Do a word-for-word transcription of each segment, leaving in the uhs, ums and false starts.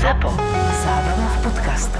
Zapo. Zábrná v podcastov.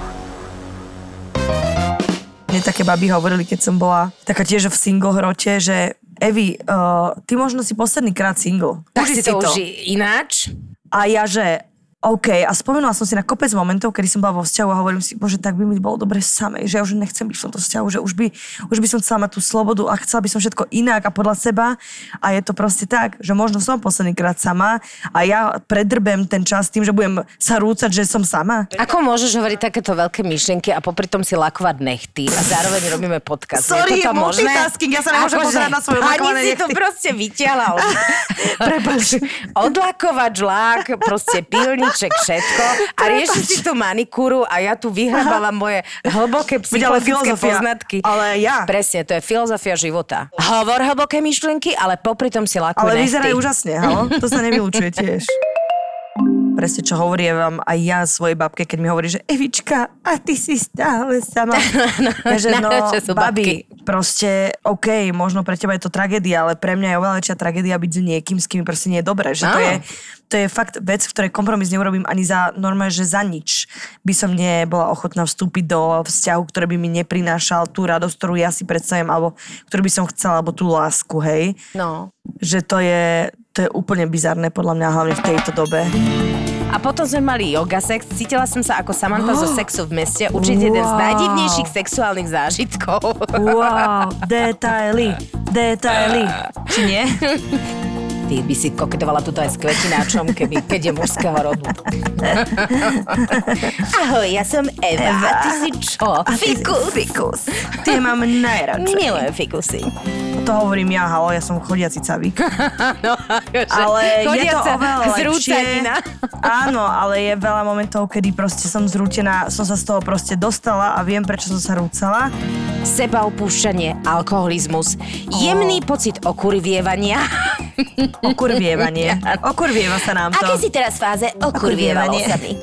Mne také baby hovorili, keď som bola taká tiež v single hrote, že Evi, uh, ty možno si posledný krát single. Tak Uži si to, to už ináč. A ja, že OK, a spomenula som si na kopec momentov, kedy som bola vo vzťahu a hovorím si, bože, tak by mi bolo dobre samej, že ja už nechcem byť v tomto vzťahu, že už by, už by som chcela mať tú slobodu a chcela by som všetko inak a podľa seba. A je to proste tak, že možno som posledný krát sama a ja predrbem ten čas tým, že budem sa rúcať, že som sama. Ako môžeš hovoriť takéto veľké myšlienky a popri tom si lakovať nechty a zároveň robíme podcast? Sorry, je to možné? multitasking, ja sa nemôžem Akože pozerať na svoje lakované ani si to nechty. proste vyťala. Prepáč. Odlakovať žlák, proste pilniček, všetko. A rieši si tú manikúru a ja tu vyhrábávam moje hlboké psychologické poznatky. Ale ja. Presne, to je filozofia života. Hovor hlboké myšlienky, ale popri tom si lakuj Ale nechty. vyzerajú úžasne, halo? To sa nevylučuje tiež. Presne, čo hovorím vám aj ja svojej babke, keď mi hovorí, že Evička, a ty si stále sama. no, ja, že no, sú babi, babky. proste, OK, možno pre teba je to tragédia, ale pre mňa je oveľa väčšia tragédia byť s niekým, s kým proste nie je dobré. Že to je, to je fakt vec, v ktorej kompromis neurobím ani za normálne, že za nič by som nebola ochotná vstúpiť do vzťahu, ktorý by mi neprinášal tú radosť, ktorú ja si predstavím, alebo ktorú by som chcela, alebo tú lásku, hej. No. Že to je, to je úplne bizarné podľa mňa, hlavne v tejto dobe. A potom sme mali yoga sex. Cítila som sa ako Samantha oh. zo Sexu v meste. Určite wow. jeden z najdivnejších sexuálnych zážitkov. Wow, detaily, detaily. Či nie? Ty by si koketovala tuto aj s kvetináčom, keby, keď je mužského rodu. Ahoj, ja som Eva. Eva. A ty si čo? A ty fikus. Fikus. Ty mám najradšej. Milujem fikusy. To hovorím ja, halo, ja som chodiaci cavík. no, akože, ale je to oveľa lepšie. Áno, ale je veľa momentov, kedy proste som zrútená, som sa z toho proste dostala a viem, prečo som sa rúcala. Sebaopúšťanie, alkoholizmus, jemný oh. pocit okurvievania. Okurvievanie. Okurvieva sa nám to. Aké si teraz fáze okurvievalo sa ty?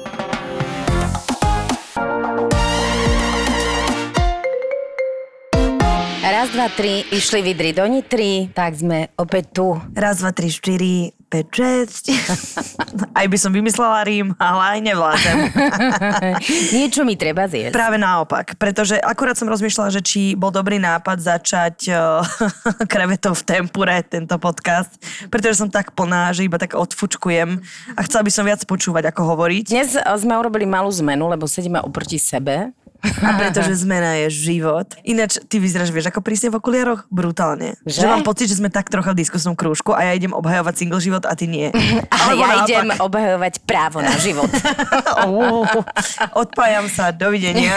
Raz, dva, tri, išli vidri do Nitry, tak sme opäť tu. Raz, dva, tri, štyri, päť, šesť. Aj by som vymyslela rím, ale aj nevládzem. Niečo mi treba zjesť. Práve naopak, pretože akurát som rozmýšľala, že či bol dobrý nápad začať uh, krevetou v tempure, tento podcast, pretože som tak plná, že iba tak odfučkujem a chcela by som viac počúvať, ako hovoriť. Dnes sme urobili malú zmenu, lebo sedíme oproti sebe. A pretože zmena je život. Ináč, ty vyzeráš, vieš, ako prísne v okuliaroch? Brutálne. Že? Že mám pocit, že sme tak trocha v diskusnom krúžku a ja idem obhajovať single život a ty nie. A ja naopak. Idem obhajovať právo na život. oh, odpájam sa, dovidenia.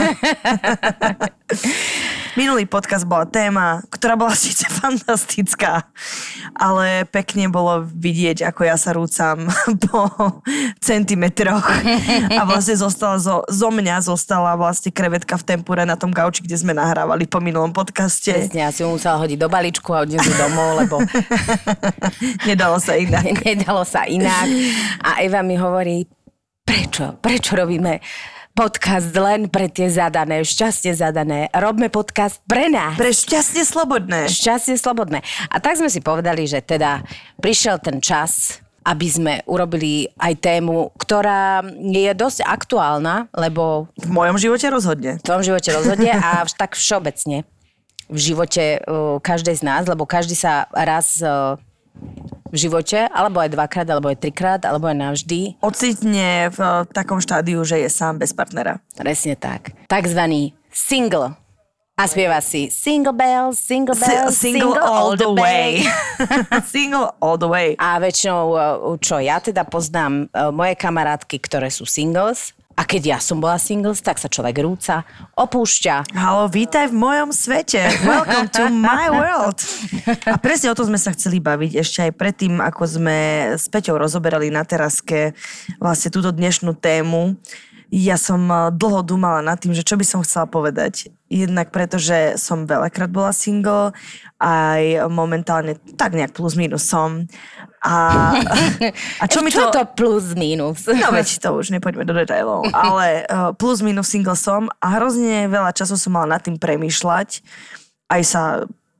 Minulý podcast bola téma, ktorá bola síce fantastická, ale pekne bolo vidieť, ako ja sa rúcam po centimetroch. A vlastne zostala zo, zo mňa zostala vlastne krevetka v tempure na tom gauči, kde sme nahrávali po minulom podcaste. Presne, ja si mu musela hodiť do balíčku a odniesť domov, lebo nedalo sa inak. Nedalo sa inak. A Eva mi hovorí, prečo? Prečo robíme podcast len pre tie zadané, šťastne zadané. Robme podcast pre nás. Pre šťastne slobodné. Šťastne slobodné. A tak sme si povedali, že teda prišiel ten čas, aby sme urobili aj tému, ktorá je dosť aktuálna, lebo... V mojom živote rozhodne. V tvojom živote rozhodne a tak všeobecne v živote uh, každej z nás, lebo každý sa raz... Uh, v živote, alebo aj dvakrát, alebo aj trikrát, alebo aj navždy. Ocitne v takom štádiu, že je sám bez partnera. Presne tak. Takzvaný single. A spieva si Single Bells, Single Bells, S- single, single all, all the way. Single all the way. A väčšinou, čo ja teda poznám, moje kamarátky, ktoré sú singles, a keď ja som bola singles, tak sa človek rúca, opúšťa. Haló, vítaj v mojom svete. Welcome to my world. A presne o tom sme sa chceli baviť ešte aj predtým, ako sme s Peťou rozoberali na teraske vlastne túto dnešnú tému. Ja som dlho dúmala nad tým, že čo by som chcela povedať. Jednak preto, že som veľakrát bola single, aj momentálne tak nejak plus minus som. A, a čo mi to... Čo to plus minus? No veď to už nepoďme do detailov. Ale uh, plus minus single som a hrozne veľa času som mala nad tým premýšľať. Aj sa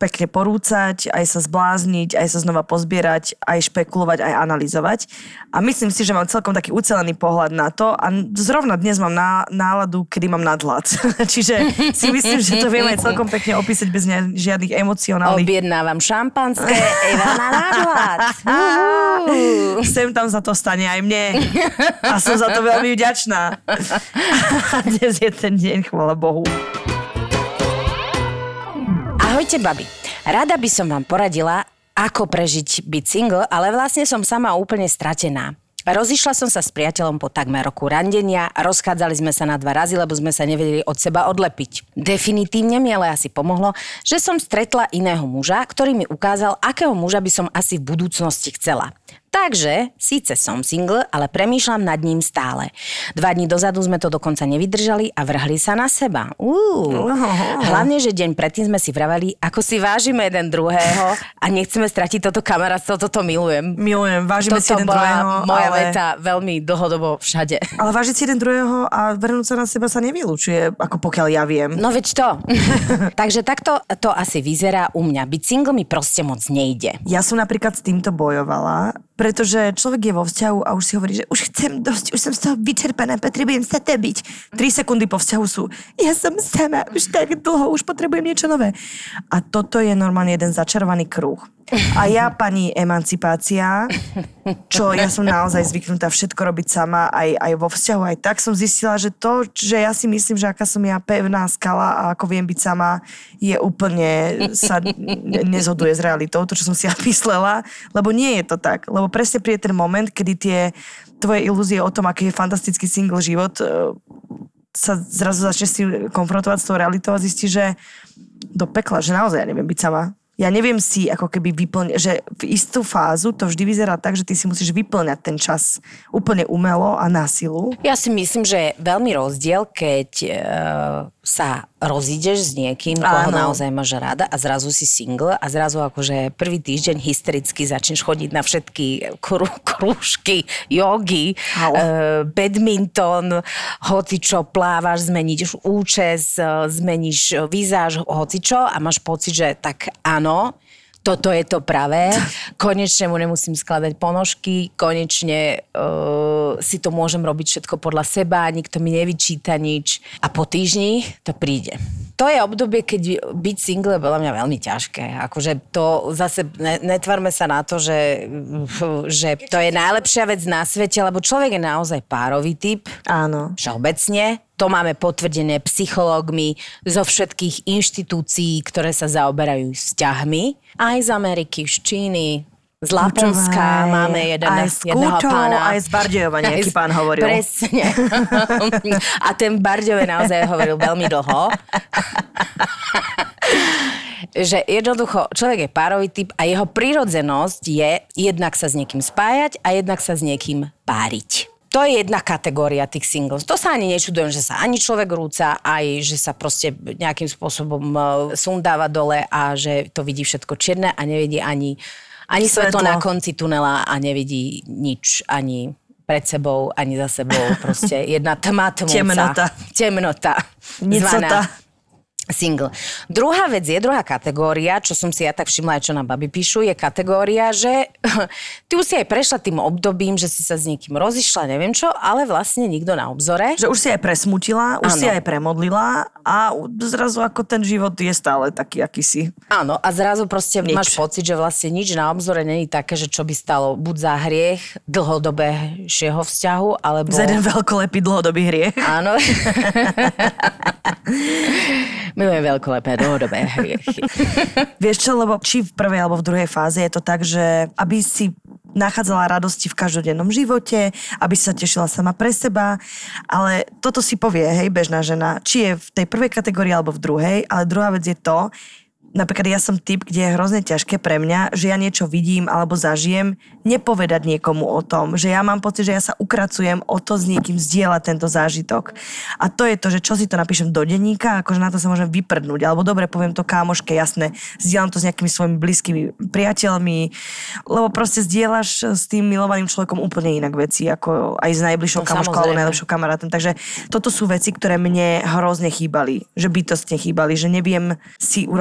pekne porúcať, aj sa zblázniť, aj sa znova pozbierať, aj špekulovať, aj analyzovať. A myslím si, že mám celkom taký ucelený pohľad na to a zrovna dnes mám ná, náladu, kedy mám nadhľad. Čiže si myslím, že to viem aj celkom pekne opísať bez ne, žiadnych emocionálnych... Objednávam šampanské, Eva má nadhľad. Sem tam sa to stane aj mne. A som za to veľmi vďačná. A dnes je ten deň, chvála Bohu. Ahojte, babi. Rada by som vám poradila, ako prežiť byť single, ale vlastne som sama úplne stratená. Rozišla som sa s priateľom po takmer roku randenia, rozchádzali sme sa na dva razy, lebo sme sa nevedeli od seba odlepiť. Definitívne mi ale asi pomohlo, že som stretla iného muža, ktorý mi ukázal, akého muža by som asi v budúcnosti chcela. Takže, síce som single, ale premýšľam nad ním stále. Dva dní dozadu sme to dokonca nevydržali a vrhli sa na seba. Uú. Hlavne, že deň predtým sme si vraveli, ako si vážime jeden druhého a nechceme stratiť toto kamarátstvo, toto milujem. Milujem, vážime toto si jeden druhého. moja ale... veta veľmi dlhodobo všade. Ale vážiť si jeden druhého a vrhnúť sa na seba sa nevylučuje, ako pokiaľ ja viem. No veď to. Takže takto to asi vyzerá u mňa. Byť single mi proste moc nejde. Ja som napríklad s týmto bojovala, pretože človek je vo vzťahu a už si hovorí, že už chcem dosť, už som z toho vyčerpaná, potrebujem sa tebiť. Tri sekundy po vzťahu sú, ja som sama, už tak dlho, už potrebujem niečo nové. A toto je normálne jeden začarovaný kruh. A ja, pani emancipácia, čo ja som naozaj zvyknutá všetko robiť sama, aj, aj vo vzťahu, aj tak som zistila, že to, že ja si myslím, že aká som ja pevná skala a ako viem byť sama, je úplne, sa nezhoduje s realitou, to, čo som si ja myslela, lebo nie je to tak. Lebo presne príde ten moment, kedy tie tvoje ilúzie o tom, aký je fantastický single život, sa zrazu začne si konfrontovať s tou realitou a zistí, že do pekla, že naozaj ja neviem byť sama. Ja neviem si ako keby vyplňať, že v istú fázu to vždy vyzerá tak, že ty si musíš vyplňať ten čas úplne umelo a na silu. Ja si myslím, že je veľmi rozdiel, keď e, sa rozídeš s niekým, koho Áno. naozaj máš rada a zrazu si single a zrazu akože prvý týždeň hystericky začneš chodiť na všetky krú, krúžky, jogy, e, badminton, hocičo, plávaš, zmeníš účes, zmeníš výzáž, hocičo a máš pocit, že tak áno, toto je to pravé. Konečne mu nemusím skladať ponožky, konečne uh, si to môžem robiť všetko podľa seba, nikto mi nevyčíta nič. A po týždni to príde. To je obdobie, keď byť single je podľa mňa veľmi ťažké. Akože to zase ne, netvárme sa na to, že, že to je najlepšia vec na svete, lebo človek je naozaj párový typ. Áno. Všeobecne. To máme potvrdené psychológmi zo všetkých inštitúcií, ktoré sa zaoberajú vzťahmi. Aj z Ameriky, z Číny, z Laponska máme jeden, aj z jedného Kútov, pána. aj z Bardejova nejaký pán hovoril. Presne. A ten v Bardejove naozaj hovoril veľmi dlho. Že jednoducho človek je párový typ a jeho prirodzenosť je jednak sa s niekým spájať a jednak sa s niekým páriť. To je jedna kategória tých singles. To sa ani nečudujem, že sa ani človek rúca, aj že sa proste nejakým spôsobom sundáva dole a že to vidí všetko čierne a nevidí ani, ani svetlo na konci tunela a nevidí nič ani pred sebou, ani za sebou. Proste jedna tma tmúca. Temnota. Temnota. Nicota. Single. Druhá vec je, druhá kategória, čo som si ja tak všimla, aj čo na babi píšu, je kategória, že ty už si aj prešla tým obdobím, že si sa s niekým rozišla, neviem čo, ale vlastne nikto na obzore. Že už si aj presmutila, už Áno. si aj premodlila a zrazu ako ten život je stále taký, aký si. Áno, a zrazu proste Nič. máš pocit, že vlastne nič na obzore není také, že čo by stalo buď za hriech dlhodobejšieho vzťahu, alebo... Za jeden veľkolepý dlhodobý hriech. Áno. Milujem veľkolepé dlhodobé hriechy. Vieš čo, lebo či v prvej alebo v druhej fáze je to tak, že aby si nachádzala radosti v každodennom živote, aby si sa tešila sama pre seba, ale toto si povie, hej, bežná žena, či je v tej prvej kategórii alebo v druhej, ale druhá vec je to, napríklad ja som typ, kde je hrozne ťažké pre mňa, že ja niečo vidím alebo zažijem, nepovedať niekomu o tom, že ja mám pocit, že ja sa ukracujem o to s niekým zdieľať tento zážitok. A to je to, že čo si to napíšem do denníka, akože na to sa môžem vyprdnúť, alebo dobre poviem to kámoške, jasné, zdieľam to s nejakými svojimi blízkymi priateľmi, lebo proste zdieľaš s tým milovaným človekom úplne inak veci, ako aj s najbližšou No, kamoškou alebo najlepšou kamarátom. Takže toto sú veci, ktoré mne hrozne chýbali, že bytostne chýbali, že neviem si urobiť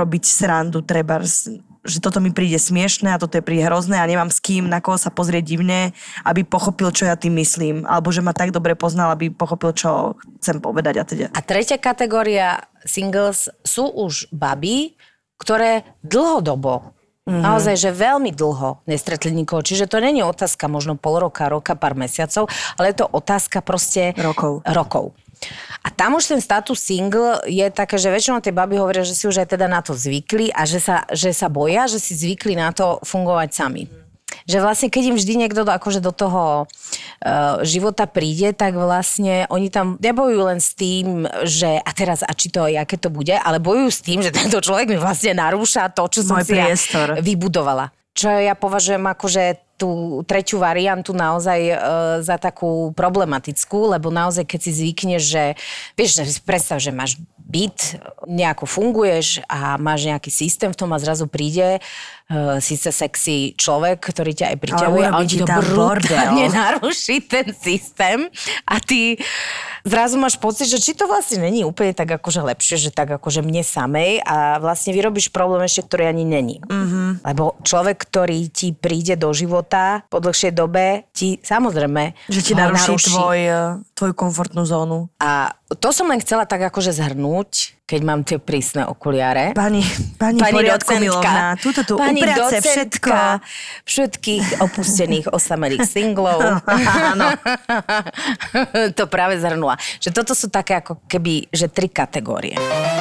srandu, trebárs, že toto mi príde smiešné a toto je príde hrozné a nemám s kým, na koho sa pozrieť divne, aby pochopil, čo ja tým myslím. Alebo že ma tak dobre poznal, aby pochopil, čo chcem povedať a teda. A tretia kategória singles sú už baby, ktoré dlhodobo, mm-hmm. naozaj, že veľmi dlho nestretli nikoho. Čiže to nie je otázka možno pol roka, roka, pár mesiacov, ale je to otázka proste Rokov. rokov. A tam už ten status single je také, že väčšinou tie baby hovoria, že si už aj teda na to zvykli a že sa, že sa boja, že si zvykli na to fungovať sami. Že vlastne, keď im vždy niekto do, akože do toho uh, života príde, tak vlastne oni tam nebojujú len s tým, že a teraz a či to, aké to bude, ale bojujú s tým, že tento človek mi vlastne narúša to, čo som Môj si ja vybudovala. Čo ja považujem akože tú tretiu variantu naozaj e, za takú problematickú, lebo naozaj, keď si zvykneš, že vieš, predstav, že máš byt, nejako funguješ a máš nejaký systém v tom a zrazu príde uh, síce sexy človek, ktorý ťa aj priťahuje a on ti to brutálne naruší ten systém a ty zrazu máš pocit, že či to vlastne není úplne tak akože lepšie, že tak akože mne samej a vlastne vyrobíš problém ešte, ktorý ani není. Mm-hmm. Lebo človek, ktorý ti príde do života po dlhšej dobe, ti samozrejme že ti naruší, naruší. Tvoj, tvoju komfortnú zónu. A to som len chcela tak akože zhrnúť, keď mám tie prísne okuliare. Pani, pani, pani poriadku milovná, túto tu uprace všetko. Všetkých opustených osamelých singlov. Áno. To práve zhrnula. Že toto sú také ako keby, že tri kategórie.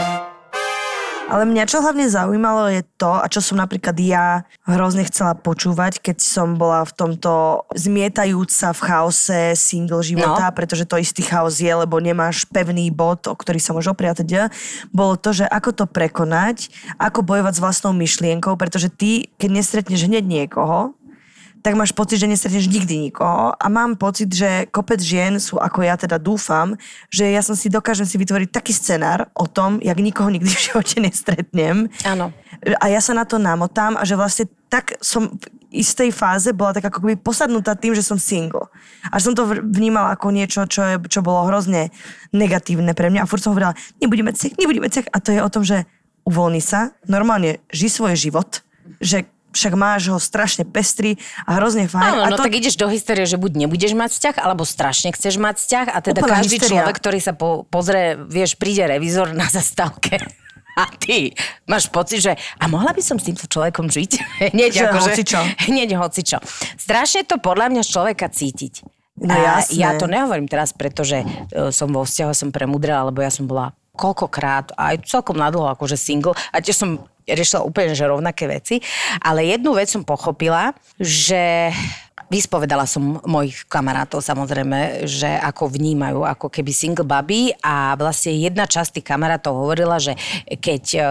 Ale mňa čo hlavne zaujímalo je to, a čo som napríklad ja hrozne chcela počúvať, keď som bola v tomto zmietajúca v chaose single života, no. Pretože to istý chaos je, lebo nemáš pevný bod, o ktorý sa môže opriať. Bolo to, že ako to prekonať, ako bojovať s vlastnou myšlienkou, pretože ty, keď nestretneš hneď niekoho, tak máš pocit, že nestretneš nikdy nikoho a mám pocit, že kopec žien sú, ako ja teda dúfam, že ja som si dokážem si vytvoriť taký scenár o tom, jak nikoho nikdy v živote nestretnem. Áno. A ja sa na to namotám a že vlastne tak som v istej fáze bola tak ako keby posadnutá tým, že som single. A som to vnímala ako niečo, čo, je, čo bolo hrozne negatívne pre mňa a furt som hovorila, nebudeme cech, nebudeme cech a to je o tom, že uvoľni sa, normálne ži svoj život, že však máš ho strašne pestrý a hrozne fajn. Áno, no to... tak ideš do hysterie, že buď nebudeš mať vzťah, alebo strašne chceš mať vzťah a teda úplná každý hysteria. človek, ktorý sa po, pozrie, vieš, príde revizor na zastávke a ty máš pocit, že a mohla by som s týmto človekom žiť? Hneď že akože, hocičo. Hneď hocičo. Strašne to podľa mňa z človeka cítiť. No a jasné. ja to nehovorím teraz, pretože uh, som vo vzťahu, som premudrela, lebo ja som bola koľkokrát, aj celkom nadlho akože single a tiež som riešila úplne že rovnaké veci, ale jednu vec som pochopila, že vyspovedala som mojich kamarátov samozrejme, že ako vnímajú ako keby single baby a vlastne jedna časť tých kamarátov hovorila, že keď uh,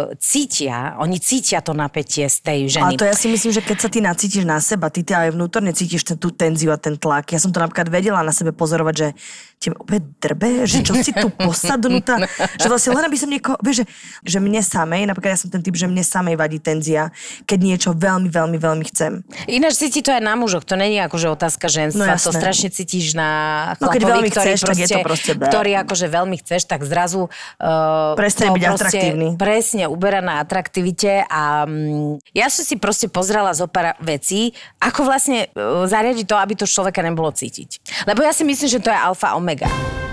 cítia, oni cítia to napätie z tej ženy. Ale to ja si myslím, že keď sa ty nacítiš na seba, ty, ty aj vnútorne cítiš ten, tú tenziu a ten tlak. Ja som to napríklad vedela na sebe pozorovať, že tebe úplne drbe, že čo si tu posadnutá, že vlastne len aby som niekoho, vieš, že, že mne samej, napríklad ja som ten typ, že mne samej vadí tenzia, keď niečo veľmi, veľmi, veľmi chcem. Ináč cíti to aj na mužoch, to není akože otázka ženstva, no, to strašne cítiš na no, keď veľmi ktorý chceš, proste, tak je to proste bé. Ktorý akože veľmi chceš, tak zrazu uh, prestane byť atraktívny. Presne, uberá na atraktivite a um, ja som si proste pozrela zo pár vecí, ako vlastne uh, zariadiť to, aby to človeka nebolo cítiť. Lebo ja si myslím, že to je alfa omega.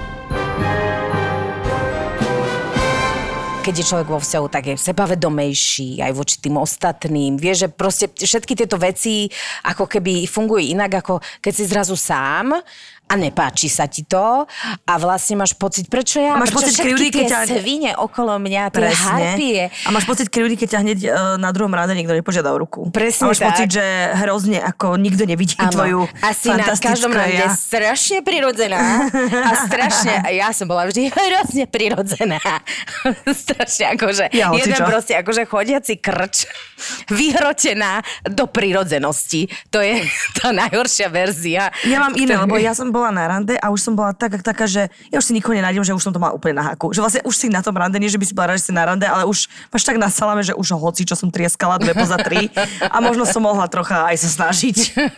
Keď je človek vo vzťahu, tak je sebavedomejší aj voči tým ostatným. Vieš, že proste všetky tieto veci ako keby fungujú inak, ako keď si zrazu sám a nepáči sa ti to a vlastne máš pocit, prečo ja, a máš prečo pocit všetky krivdy, tie ťa... svine okolo mňa, tie Presne. harpie. A máš pocit krivdy, keď ťa hneď uh, na druhom rade niekto nepožiada o ruku. Presne a máš tak. pocit, že hrozne ako nikto nevidí Áno. tvoju asi fantastickú na každom rade ja. strašne prirodzená a strašne, a ja som bola vždy hrozne prirodzená. strašne akože, ja, jeden čo? proste akože chodiaci krč, vyhrotená do prirodzenosti. To je tá najhoršia verzia. Ja mám iné, lebo ja som bola na rande a už som bola tak, taká, že ja už si nikoho nenájdem, že už som to mala úplne na haku. Že vlastne už si na tom rande, nie že by si bola rada, že si na rande, ale už máš tak na salame, že už hoci, čo som trieskala, dve poza tri a možno som mohla trocha aj sa snažiť.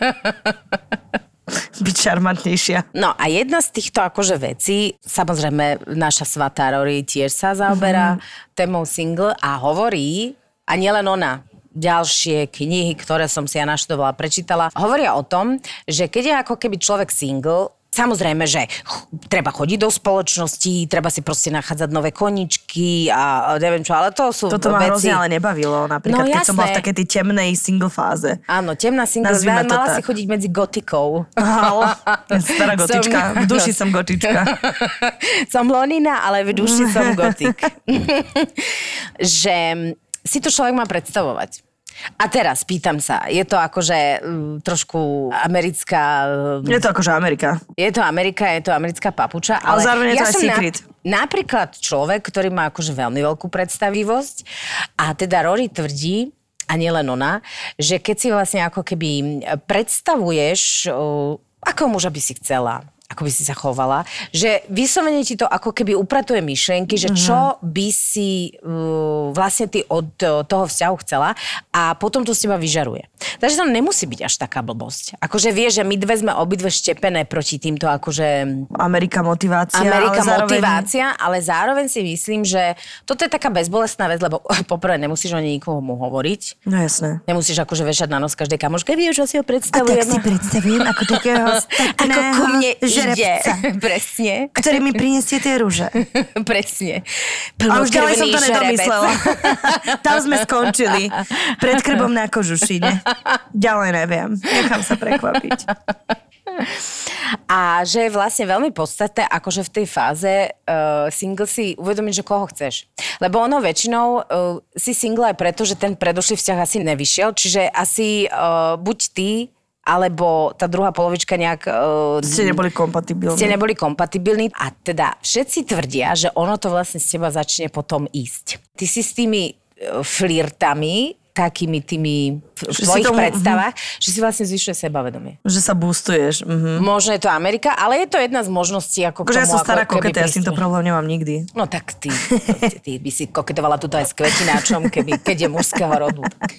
Byť šarmantnejšia. No a jedna z týchto akože vecí, samozrejme naša svatá Rory tiež sa zaoberá mm-hmm. témou single a hovorí, a nielen ona, ďalšie knihy, ktoré som si ja naštudovala, prečítala, hovoria o tom, že keď je ako keby človek single, samozrejme, že ch- treba chodiť do spoločnosti, treba si proste nachádzať nové koničky a neviem čo, ale to sú Toto veci... ma hrozne ale nebavilo, napríklad, No, keď som bola v jasné. takej tej temnej single fáze. Áno, temná single, Nazvime to mala tak. si chodiť medzi gotikou. Stará gotička, v duši som gotička. Som Lonina, ale v duši som gotik. Že si to človek má predstavovať. A teraz pýtam sa, je to akože mm, trošku americká... Je to akože Amerika. Je to Amerika, je to americká papuča, Ale ale, zároveň je to ja aj som secret. Na, napríklad človek, ktorý má akože veľmi veľkú predstavivosť a teda Rory tvrdí, a nielen ona, že keď si vlastne ako keby predstavuješ, o, akého muža by si chcela, ako by si sa chovala, že vyslovene ti to ako keby upratuje myšlienky, že čo by si uh, vlastne ty od uh, toho vzťahu chcela a potom to z teba vyžaruje. Takže to nemusí byť až taká blbosť. Akože vieš, že my dve sme obidve štepené proti týmto akože... Amerika motivácia. Amerika ale zároveň... motivácia, ale zároveň si myslím, že toto je taká bezbolestná vec, lebo poprvé nemusíš o nej nikomu hovoriť. No jasné. Nemusíš akože vešať na nos každej kamoške, vieš, čo si ho A predstavujem. tak si predstavím ako takého Ako ku mne žrebca, ide. Presne. ktorý mi prinesie tie rúže. Presne. A už ďalej som to Plnokrvný nedomyslela. Tam sme skončili. Pred krbom na kožušine. Ďalej neviem. Nechám sa prekvapiť. A že je vlastne veľmi podstatné, akože v tej fáze uh, single si uvedomiť, že koho chceš. Lebo ono väčšinou uh, si single aj preto, že ten predošlý vzťah asi nevyšiel, čiže asi uh, buď ty, alebo tá druhá polovička nejak... Uh, Ste neboli kompatibilní. Ste neboli kompatibilní. A teda všetci tvrdia, že ono to vlastne z teba začne potom ísť. Ty si s tými uh, flirtami, takými tými v Že si tvojich tomu- predstavách, že si vlastne zvyšuje sebavedomie. Že sa boostuješ. Mhm. Možno je to Amerika, ale je to jedna z možností, ako k Akože ja tomu, som stará ako keby koketa, ja s týmto pristúpiť. problém nemám nikdy. No tak ty, proste, ty by si koketovala tuto aj s kvetináčom, keby, keď je mužského rodu.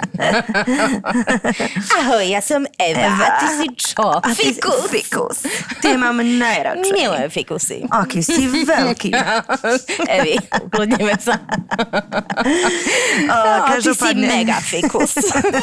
Ahoj, ja som Eva. Eva. A ty si čo? A ty si Fikus. Fikus. Ty mám najradšej. Milujem fikusy. Aký si veľký. Evi, ukludníme sa. Uh, No, ty si mega fikus.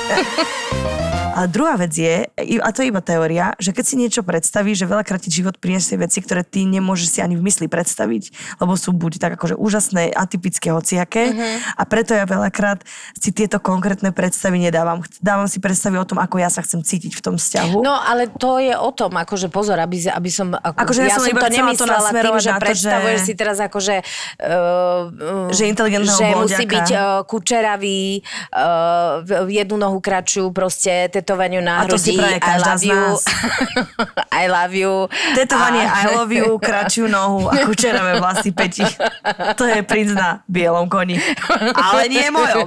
A druhá vec je, a to je iba teória, že keď si niečo predstavíš, že veľakrát ti život prinesie veci, ktoré ty nemôžeš si ani v mysli predstaviť, lebo sú buď tak akože úžasné, atypické, hociaké. Uh-huh. A preto ja veľakrát si tieto konkrétne predstavy nedávam. Dávam si predstavy o tom, ako ja sa chcem cítiť v tom vzťahu. No, ale to je o tom, akože pozor, aby, aby som... Ako, Akože ja ja som som iba to chcela to nemyslela tým, nasmerovať že na to, predstavuješ že- si teraz akože... Uh, Že inteligentného Že musí blondiaka. byť uh, kučeravý, uh, jednu nohu kračujú, proste tetovaniu na A to si hrudi. praje I každá love z you. nás. I love you. Tetovanie A- I love you, kračiu nohu a kučeravé vlasy Peti. To je princ na bielom koni. Ale nie mojom.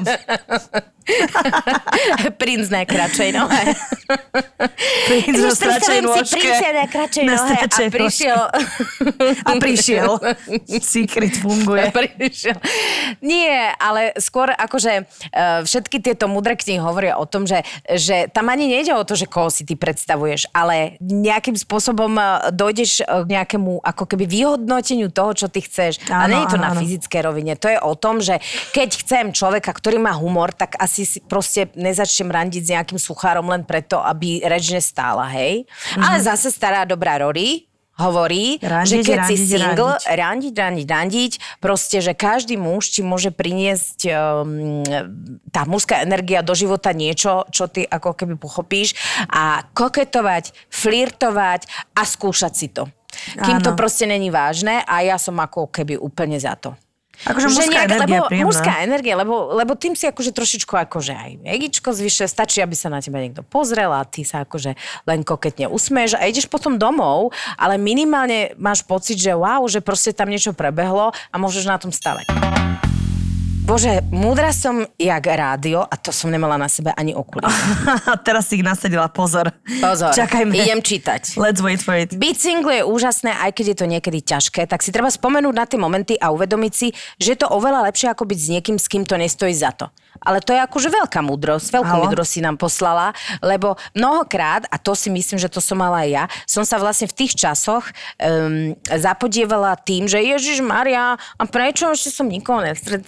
Princ na kračej nohe. Princ na Už stračej predstavujem si nôžke. princa na kračej Na nohe a stračej prišiel... A prišiel. Secret funguje. Prišiel. Nie, ale skôr akože uh, všetky tieto mudré knihy hovoria o tom, že, že tam ani nejde o to, že koho si ty predstavuješ, ale nejakým spôsobom uh, dojdeš uh, k nejakému ako keby vyhodnoteniu toho, čo ty chceš. A Áno, nie je to áno, na áno. fyzické rovine. To je o tom, že keď chcem človeka, ktorý má humor, tak asi si proste nezačnem randiť s nejakým suchárom len preto, aby reč nestála, hej? Mm-hmm. Ale zase stará dobrá Rory hovorí, Randiť, že keď si randiť, single, randiť. randiť, randiť, randiť, proste, že každý muž ti môže priniesť um, tá mužská energia do života niečo, čo ty ako keby pochopíš a koketovať, flirtovať a skúšať si to. Kým Áno. to proste není vážne a ja som ako keby úplne za to. Akože Že mužská nejak- energia lebo je príjemná. mužská energia, lebo, lebo tým si akože trošičku akože aj egičko zvyšuje, stačí, aby sa na teba niekto pozrel a ty sa akože len koketne usmeješ a ideš potom domov, ale minimálne máš pocit, že wow, že proste tam niečo prebehlo a môžeš na tom stavať. Bože, múdra som jak rádio a to som nemala na sebe ani okuliare. Teraz si ich nasadila, pozor. Pozor, Čakajme. idem čítať. Let's wait for it. Byť single je úžasné, aj keď je to niekedy ťažké, tak si treba spomenúť na tie momenty a uvedomiť si, že je to oveľa lepšie ako byť s niekým, s kým to nestojí za to. Ale to je akože veľká múdrosť, veľkú Halo? múdrosť si nám poslala, lebo mnohokrát, a to si myslím, že to som mala aj ja, som sa vlastne v tých časoch um, zapodievala tým, že Ježiš Maria, a prečo ešte som nikoho nestretla a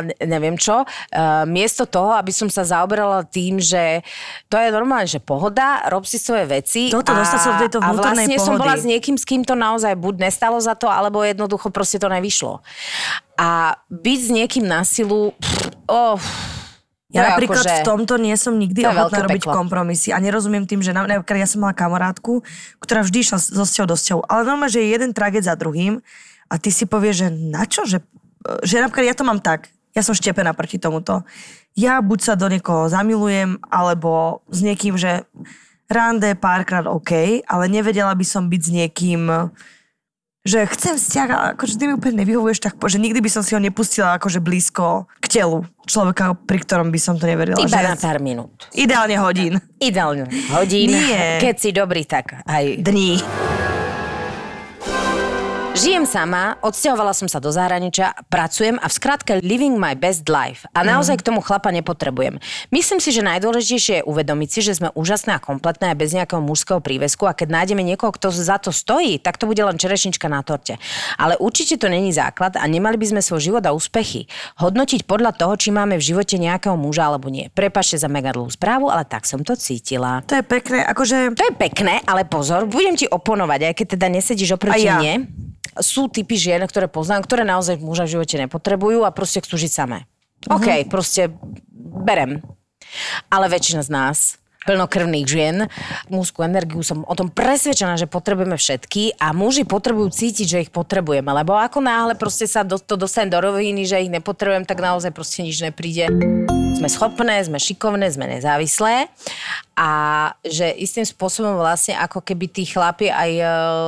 neviem čo. Uh, miesto toho, aby som sa zaoberala tým, že to je normálne, že pohoda, rob si svoje veci. Toto, a, dostať sa do tejto a vnútornej vlastne som pohody. bola s niekým, s kým to naozaj buď nestalo za to, alebo jednoducho proste to nevyšlo. A byť s niekým na silu, pff, oh, Ja to napríklad akože, v tomto nie som nikdy to je ochotná veľké robiť peklo. kompromisy a nerozumiem tým, že na- napríklad ja som mala kamarátku, ktorá vždy išla zo sťou do sťou, ale normálne, že je jeden tragéd za druhým a ty si povieš, že na čo? Že, že napríklad ja to mám tak, ja som štepená proti tomuto. Ja buď sa do niekoho zamilujem, alebo s niekým, že rande párkrát OK, ale nevedela by som byť s niekým, že chcem vzťah, ale akože ty mi úplne nevyhovuješ, tak že nikdy by som si ho nepustila akože blízko k telu človeka, pri ktorom by som to neverila. iba že na pár minút. Ideálne hodín. Ideálne hodín. Nie. Keď si dobrý, tak aj Dní. Žijem sama, odsťahovala som sa do zahraničia, pracujem a v skratke living my best life. A naozaj k tomu chlapa nepotrebujem. Myslím si, že najdôležitejšie je uvedomiť si, že sme úžasné a kompletné a bez nejakého mužského prívesku a keď nájdeme niekoho, kto za to stojí, tak to bude len čerešnička na torte. Ale určite to není základ a nemali by sme svoj život a úspechy hodnotiť podľa toho, či máme v živote nejakého muža alebo nie. Prepáčte za mega dlhú správu, ale tak som to cítila. To je pekné, akože... To je pekné, ale pozor, budem ti oponovať, aj keď teda nesedíš oproti A ja. mne. Sú typy žien, ktoré poznám, ktoré naozaj muža v živote nepotrebujú a proste chcú žiť samé. Uh-huh. OK, proste berem. Ale väčšina z nás, plnokrvných žien, mužskú energiu som o tom presvedčená, že potrebujeme všetky a muži potrebujú cítiť, že ich potrebujeme. Lebo ako náhle proste sa do, to dostane do roviny, že ich nepotrebujem, tak naozaj proste nič nepríde. Sme schopné, sme šikovné, sme nezávislé a že istým spôsobom vlastne ako keby tí chlapi aj e,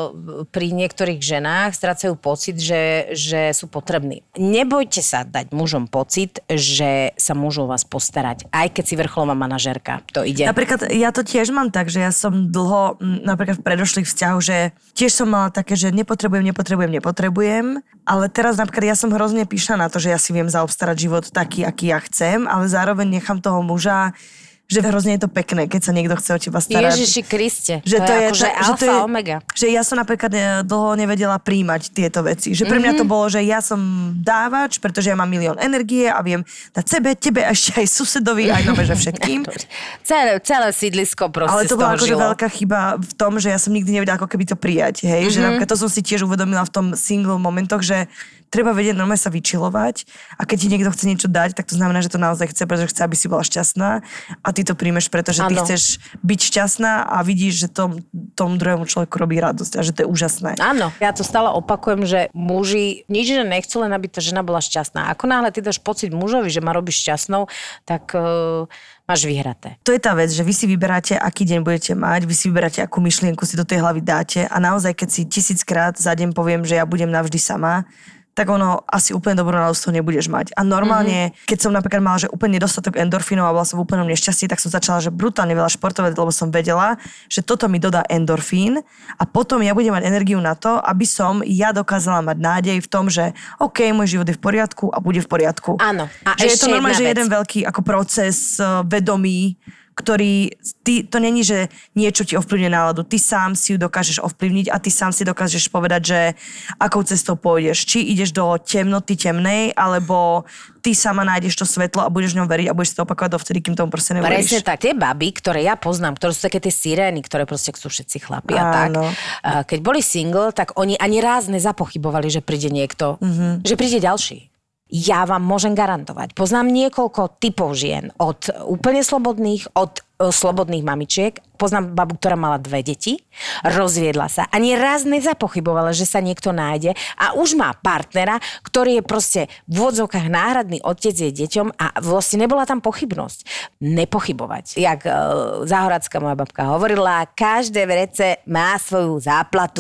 pri niektorých ženách strácajú pocit, že, že sú potrební. Nebojte sa dať mužom pocit, že sa môžu o vás postarať, aj keď si vrcholová manažérka. To ide. Napríklad ja to tiež mám tak, že ja som dlho, m, napríklad v predošlých vzťahoch, že tiež som mala také, že nepotrebujem, nepotrebujem, nepotrebujem, ale teraz napríklad ja som hrozne pyšná na to, že ja si viem zaobstarať život taký, aký ja chcem, ale zároveň nechám toho muža, že hrozne je to pekné, keď sa niekto chce o teba starať. Ježiši Kriste, Že to, to je je akože ta- že alfa, to je- omega. Že ja som napríklad e, dlho nevedela príjmať tieto veci. Že pre mňa to bolo, že ja som dávač, pretože ja mám milión energie a viem dať sebe, tebe a ešte aj susedovi, aj nové, že všetkým. Celé, celé sídlisko proste Ale z to toho bola akože žilo. veľká chyba v tom, že ja som nikdy nevedela ako keby to prijať. Hej? Že napríklad to som si tiež uvedomila v tom single momentoch, že treba vedieť normálne sa vyčilovať a keď ti niekto chce niečo dať, tak to znamená, že to naozaj chce, pretože chce, aby si bola šťastná a ty to príjmeš, pretože ty Áno. chceš byť šťastná a vidíš, že tom, tomu druhému človeku robí radosť a že to je úžasné. Áno, ja to stále opakujem, že muži nič, že nechcú, len aby tá žena bola šťastná. Ako náhle ty dáš pocit mužovi, že ma robíš šťastnou, tak uh, máš vyhraté. To je tá vec, že vy si vyberáte, aký deň budete mať, vy si vyberáte, akú myšlienku si do tej hlavy dáte a naozaj, keď si tisíckrát za deň poviem, že ja budem navždy sama, tak ono asi úplne dobrú radosť toho nebudeš mať. A normálne, mm-hmm. keď som napríklad mala, že úplne nedostatok endorfínov a bola som v úplnom nešťastí, tak som začala, že brutálne veľa športovať, lebo som vedela, že toto mi dodá endorfín a potom ja budem mať energiu na to, aby som ja dokázala mať nádej v tom, že OK, môj život je v poriadku a bude v poriadku. Áno. A že je ešte to normálne, jedna že vec. jeden veľký ako proces uh, vedomý, ktorý, ty, to není, že niečo ti ovplyvňuje náladu. Ty sám si ju dokážeš ovplyvniť a ty sám si dokážeš povedať, že akou cestou pôjdeš. Či ideš do temnoty temnej, alebo ty sama nájdeš to svetlo a budeš v ňom veriť a budeš si to opakovať dovtedy, kým tomu proste Presne neuveríš. tak. Tie baby, ktoré ja poznám, ktoré sú také tie sirény, ktoré proste chcú všetci chlapi a tak. Áno. a Keď boli single, tak oni ani raz nezapochybovali, že príde niekto, mm-hmm. že príde ďalší. Ja vám môžem garantovať. Poznám niekoľko typov žien. Od úplne slobodných, od o, slobodných mamičiek. Poznám babu, ktorá mala dve deti. Rozviedla sa. Ani raz nezapochybovala, že sa niekto nájde. A už má partnera, ktorý je proste v úvodzovkách náhradný otec jej deťom a vlastne nebola tam pochybnosť. Nepochybovať. Jak e, záhoradská moja babka hovorila, každé vrece má svoju záplatu.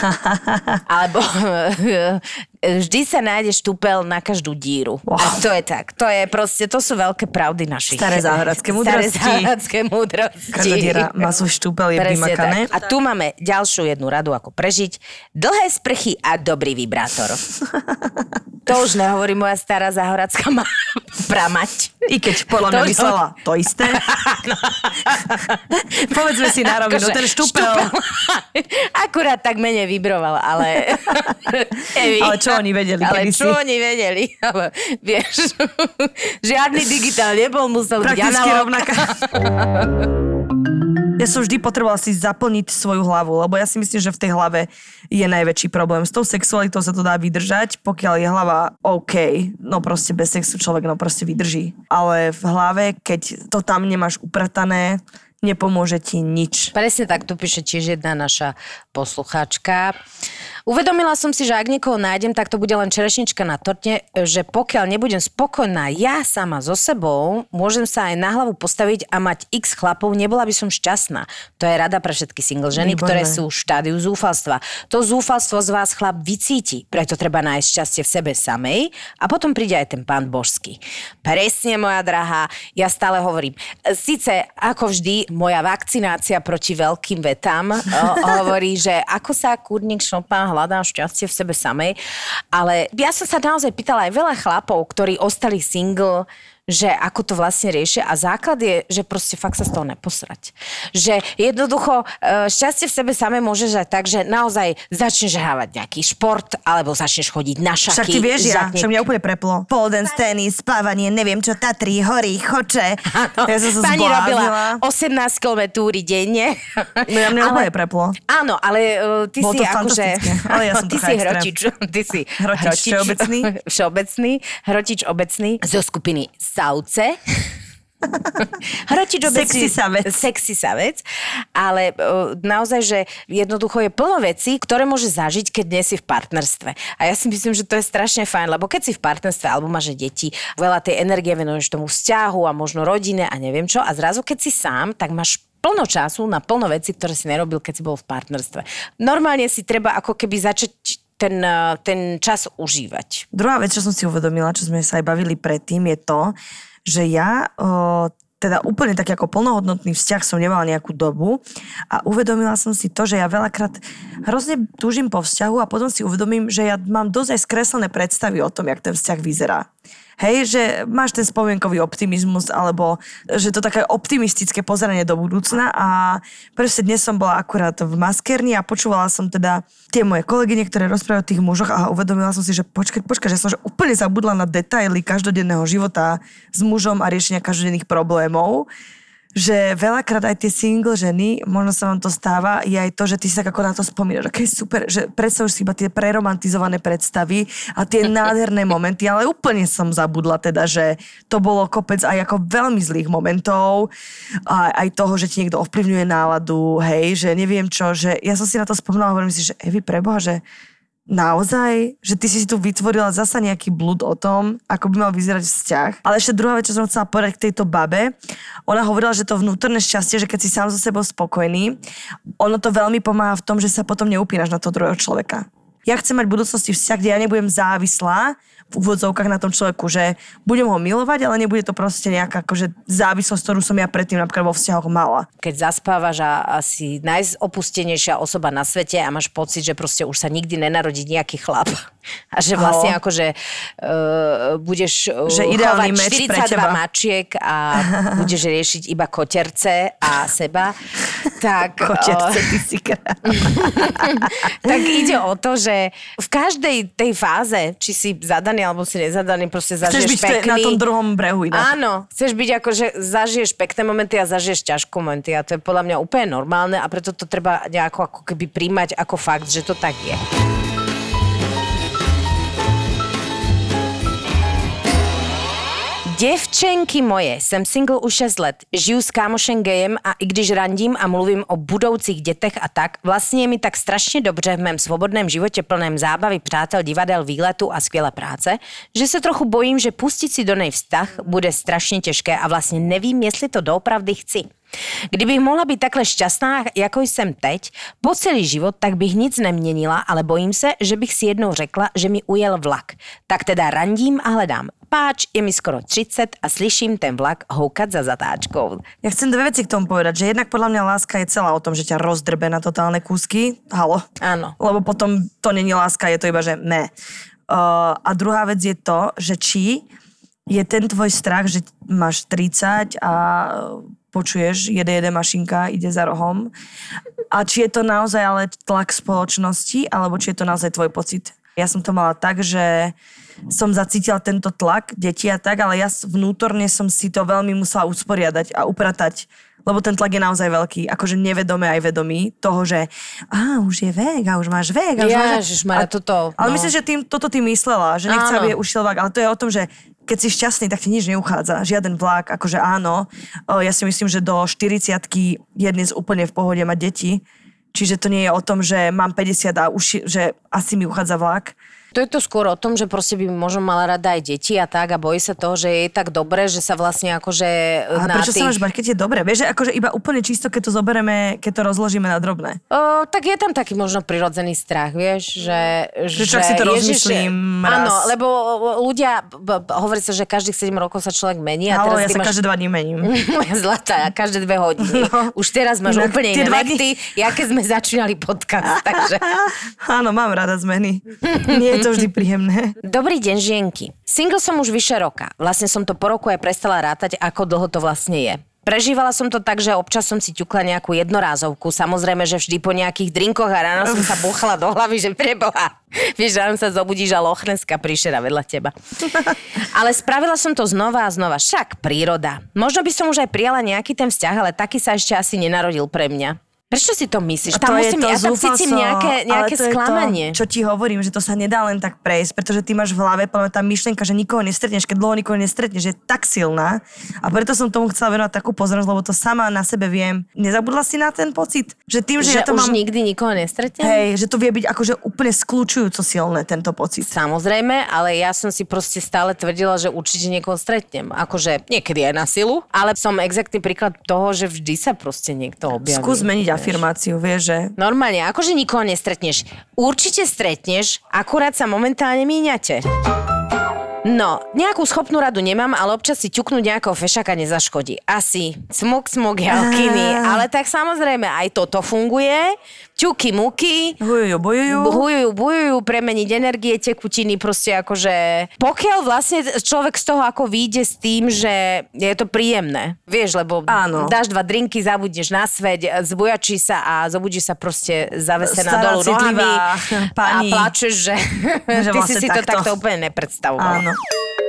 Alebo vždy sa nájde štúpel na každú díru. Wow. A to je tak. To je proste, to sú veľké pravdy našich. Staré záhradské múdrosti. Staré záhradské múdrosti. Každá diera má svoj štúpel, je Presne vymakané. tak. A tu máme ďalšiu jednu radu, ako prežiť. Dlhé sprchy a dobrý vibrátor. To už nehovorí moja stará zahoracká ma- pramať. I keď podľa mňa To- myslela to isté. Povedzme si na rovinu, Akože ten štúpel. Akurát tak menej vibroval, ale... Evi. Ale čo oni vedeli Ale kedysi? čo oni vedeli? Ale, vieš, žiadny digitál nebol, musel byť Prakticky analóg. rovnaká. Ja som vždy potrebovala si zaplniť svoju hlavu, lebo ja si myslím, že v tej hlave je najväčší problém. S tou sexualitou sa to dá vydržať, pokiaľ je hlava OK. No proste bez sexu človek no proste vydrží. Ale v hlave, keď to tam nemáš upratané, nepomôže ti nič. Presne tak, tu píše tiež jedna naša poslucháčka. Uvedomila som si, že ak niekoho nájdem, tak to bude len čerešnička na torte, že pokiaľ nebudem spokojná ja sama so sebou, môžem sa aj na hlavu postaviť a mať x chlapov, nebola by som šťastná. To je rada pre všetky single ženy, Výborné. ktoré sú v štádiu zúfalstva. To zúfalstvo z vás chlap vycíti, preto treba nájsť šťastie v sebe samej a potom príde aj ten pán božský. Presne, moja drahá, ja stále hovorím, síce ako vždy moja vakcinácia proti veľkým vetám o, hovorí, že ako sa kurník šopá, hľadám šťastie v sebe samej, ale ja som sa naozaj pýtala aj veľa chlapov, ktorí ostali single, že ako to vlastne riešia a základ je, že proste fakt sa z toho neposrať. Že jednoducho e, šťastie v sebe samé môžeš aj tak, že naozaj začneš hrávať nejaký šport alebo začneš chodiť na šaky. Však ty vieš, ja, žatne- však mňa úplne preplo. Pole dance, tenis, plávanie, neviem čo, Tatry, hory, choče. Áno, Ja som sa pani zbláznila. robila osemnásť kilometúry denne. No ja mňa úplne preplo. Áno, ale uh, ty Bolo si to akože... fantastické, ale ja som ty taká si extrém. hrotič, ty si Hrotič všeobecný. všeobecný, hrotič obecný zo skupiny Savce. Hrotič obecný. Sexy savec. Sexy savec. Ale uh, naozaj, že jednoducho je plno vecí, ktoré môže zažiť, keď nie si v partnerstve. A ja si myslím, že to je strašne fajn, lebo keď si v partnerstve alebo máš deti, veľa tej energie venuješ tomu vzťahu a možno rodine a neviem čo. A zrazu, keď si sám, tak máš plno času na plno veci, ktoré si nerobil, keď si bol v partnerstve. Normálne si treba ako keby začať ten, ten čas užívať. Druhá vec, čo som si uvedomila, čo sme sa aj bavili predtým, je to, že ja o, teda úplne taký ako plnohodnotný vzťah som nemala nejakú dobu a uvedomila som si to, že ja veľakrát hrozne túžim po vzťahu a potom si uvedomím, že ja mám dosť aj skreslené predstavy o tom, jak ten vzťah vyzerá. Hej, že máš ten spomienkový optimizmus, alebo že to také optimistické pozeranie do budúcna a proste dnes som bola akurát v maskérni a počúvala som teda tie moje kolegyne, ktoré rozprávajú o tých mužoch a uvedomila som si, že počkaj, počkaj, že som že úplne zabudla na detaily každodenného života s mužom a riešenia každodenných problémov. Že veľakrát aj tie single ženy, možno sa vám to stáva, je aj to, že ty si tak ako na to spomínaš, že super, že predstavíš si iba tie preromantizované predstavy a tie nádherné momenty, ale úplne som zabudla teda, že to bolo kopec aj ako veľmi zlých momentov, a aj toho, že ti niekto ovplyvňuje náladu, hej, že neviem čo, že ja som si na to spomínala a hovorím si, že Evi, preboha, že naozaj, že ty si si tu vytvorila zasa nejaký blúd o tom, ako by mal vyzerať vzťah. Ale ešte druhá vec, čo som chcela povedať k tejto babe, ona hovorila, že to vnútorné šťastie, že keď si sám so sebou spokojný, ono to veľmi pomáha v tom, že sa potom neupínaš na toho druhého človeka. Ja chcem mať v budúcnosti vzťah, kde ja nebudem závislá v úvodzovkách na tom človeku, že budem ho milovať, ale nebude to proste nejaká akože závislosť, ktorú som ja predtým napríklad vo vzťahoch mala. Keď zaspávaš a asi najopustenejšia osoba na svete a máš pocit, že proste už sa nikdy nenarodí nejaký chlap. A že vlastne Aho. akože uh, budeš uh, Že ideálny chovať meč pre štyridsaťdva teba. mačiek a budeš riešiť iba koterce a seba. Tak, Koterce, ty si krá. tak ide o to, že v každej tej fáze, či si zadaný alebo si nezadaný, proste Chceš zažiješ byť v te- pekný. na tom druhom brehu inak. Áno, chceš byť ako, že zažiješ pekné momenty a zažiješ ťažké momenty a to je podľa mňa úplne normálne a preto to treba nejako ako keby príjmať ako fakt, že to tak je. Děvčenky moje, jsem single už šest let, žiju s kámošem gejem a i když randím a mluvím o budoucích dětech a tak, vlastně je mi tak strašně dobře v mém svobodném životě plném zábavy, přátel, divadel, výletu a skvělé práce, že se trochu bojím, že pustit si do nej vztah bude strašně těžké a vlastně nevím, jestli to doopravdy chci. Kdybych mohla být takhle šťastná, jako jsem teď, po celý život, tak bych nic neměnila, ale bojím se, že bych si jednou řekla, že mi ujel vlak. Tak teda randím a hledám. Páč, je mi skoro tridsať a slyším ten vlak houkať za zatáčkou. Ja chcem dve veci k tomu povedať, že jednak podľa mňa láska je celá o tom, že ťa rozdrbe na totálne kúsky. Halo. Áno. Lebo potom to není láska, je to iba, že ne. Uh, a druhá vec je to, že či je ten tvoj strach, že máš tridsať a počuješ, jede, jede mašinka, ide za rohom. A či je to naozaj ale tlak spoločnosti, alebo či je to naozaj tvoj pocit. Ja som to mala tak, že som zacítila tento tlak detí a tak, ale ja vnútorne som si to veľmi musela usporiadať a upratať. Lebo ten tlak je naozaj veľký, akože nevedome aj vedomý toho, že á, už je vek a už máš vek. A už máš... Ježišmarja, toto. Ale no. myslím, že tým, toto ty myslela, že nechce, Áno. aby je ušiel vlak. Ale to je o tom, že keď si šťastný, tak ti nič neuchádza. Žiaden vlak, akože áno. O, ja si myslím, že do štyridsiatky je dnes úplne v pohode mať deti. Čiže to nie je o tom, že mám päťdesiat a už, že asi mi uchádza vlak. To je to skôr o tom, že proste by možno mala rada aj deti a tak a bojí sa toho, že je tak dobre, že sa vlastne akože... Ale na prečo tých... sa máš bať, keď je dobre? Vieš, že akože iba úplne čisto, keď to zoberieme, keď to rozložíme na drobné. O, tak je tam taký možno prirodzený strach, vieš, že... Že čak si to rozmyslím raz. Áno, lebo ľudia, b- b- hovorí sa, že každých sedem rokov sa človek mení. A Halo, teraz ja ty sa máš... každé dva dní mením. Moja zlatá, každé dve hodiny. No. Už teraz máš Inak úplne tie iné dva nechty, jaké sme začínali podcast, takže... Áno, mám rada zmeny. Nie je to vždy príjemné. Dobrý deň, žienky. Single som už vyše roka. Vlastne som to po roku aj prestala rátať, ako dlho to vlastne je. Prežívala som to tak, že občas som si ťukla nejakú jednorázovku. Samozrejme, že vždy po nejakých drinkoch a ráno som sa búchala do hlavy, že preboha. Vieš, ráno sa zobudíš a lochneská príšera vedľa teba. Ale spravila som to znova a znova. Však príroda. Možno by som už aj prijala nejaký ten vzťah, ale taký sa ešte asi nenarodil pre mňa. Prečo si to myslíš? Tam musím, ja tam cítim nejaké, nejaké ale to sklamanie. Je to, čo ti hovorím, že to sa nedá len tak prejsť, pretože ty máš v hlave plne tá myšlienka, že nikoho nestretneš, keď dlho nikoho nestretneš, že je tak silná. A preto som tomu chcela venovať takú pozornosť, lebo to sama na sebe viem. Nezabudla si na ten pocit? Že tým, že, Že ja to už mám... nikdy nikoho nestretnem? Hej, že to vie byť akože úplne skľúčujúco silné, tento pocit. Samozrejme, ale ja som si proste stále tvrdila, že určite niekoho stretnem. Akože niekedy aj na silu, ale som exaktný príklad toho, že vždy sa proste niekto objaví. Skús zmeniť afirmáciu, vieš, že... Normálne, akože nikoho nestretneš. Určite stretneš, akurát sa momentálne míňate. No, nejakú schopnú radu nemám, ale občas si ťuknúť nejakého fešaka nezaškodí. Asi smok, smok, jalkiny, ale tak samozrejme aj toto funguje. Ťuky, muky. Hujujú, bojujú. Hujujú, bujujú, premeniť energie, tekutiny, proste akože... Pokiaľ vlastne človek z toho ako vyjde s tým, že je to príjemné. Vieš, lebo Áno. dáš dva drinky, zabudneš na sveť, zbujačí sa a zobudíš sa proste zavesená Stará, dolu nohami citlivá a pani. plačeš, že, Že ty vlastne si si to takto. takto úplne nepredstavovala. Áno.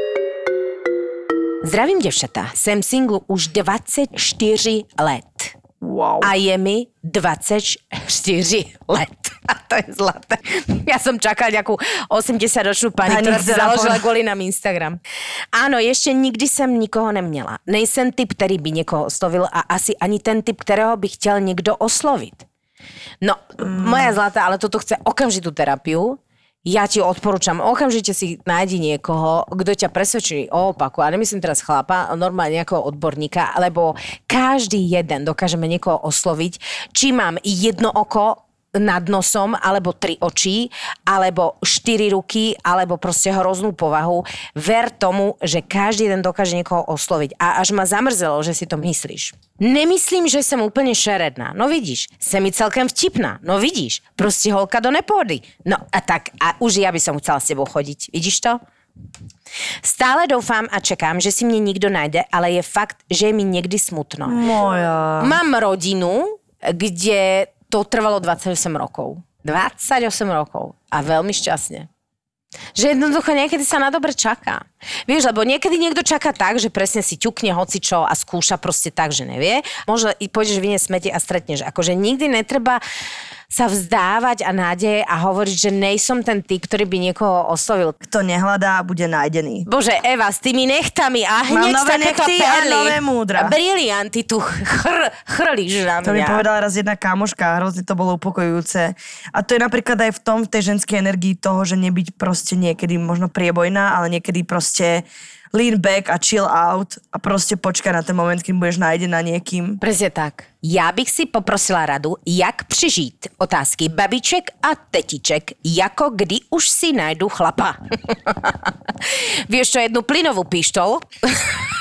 Zdravím, devčatá. Jsem single už dvadsaťštyri let. Wow. A je mi dvadsaťštyri let. A to je zlaté. Ja som čakala nejakú osemdesiatročnú pani, Pani, ktorá si ktorá založila povedala. kvôli nám Instagram. Áno, ještě nikdy jsem nikoho neměla. Nejsem typ, který by někoho oslovil a asi ani ten typ, kterého by chtěl někdo oslovit. No, mm. moja zlatá, ale toto chce okamžitú terapiu. Ja ti odporúčam, okamžite si nájdi niekoho, kto ťa presvedčí o opaku. A nemyslím teraz chlapa, normálne nejakého odborníka, lebo každý jeden dokážeme niekoho osloviť. Či mám jedno oko nad nosom, alebo tri oči, alebo štyri ruky, alebo proste hroznú povahu. Ver tomu, že každý jeden dokáže niekoho osloviť. A až ma zamrzelo, že si to myslíš. Nemyslím, že som úplne šeredná. No vidíš, som mi celkem vtipná. No vidíš, proste holka do nepôdy. No a tak, a už ja by som chcela s tebou chodiť. Vidíš to? Stále doufám a čekám, že si mne nikto nájde, ale je fakt, že je mi niekdy smutno. Moja. Mám rodinu, kde to trvalo dvadsaťosem rokov. dvadsaťosem rokov. A veľmi šťastne. Že jednoducho niekedy sa na dobre čaká. Vieš, lebo niekedy niekto čaká tak, že presne si ťukne hocičo a skúša proste tak, že nevie. Možno i pôjdeš vyniesť smete a stretneš. Akože nikdy netreba sa vzdávať a nádeje a hovoriť, že nejsom ten typ, ktorý by niekoho oslovil. Kto nehľadá, bude nájdený. Bože, Eva, s tými nechtami a hneď nové takéto nechty a perly. nové múdra. A brilianty tu chr, chrlíš na mňa. To mi povedala raz jedna kamoška, hrozne to bolo upokojujúce. A to je napríklad aj v tom, v tej ženskej energii toho, že nebyť proste niekedy možno priebojná, ale niekedy proste lean back a chill out a proste počkaj na ten moment, kým budeš nájdená niekým. Presne tak. Já bych si poprosila radu, jak přežít otázky babiček a tetiček, jako kdy už si najdu chlapa. Vieš čo, jednu plynovú pištol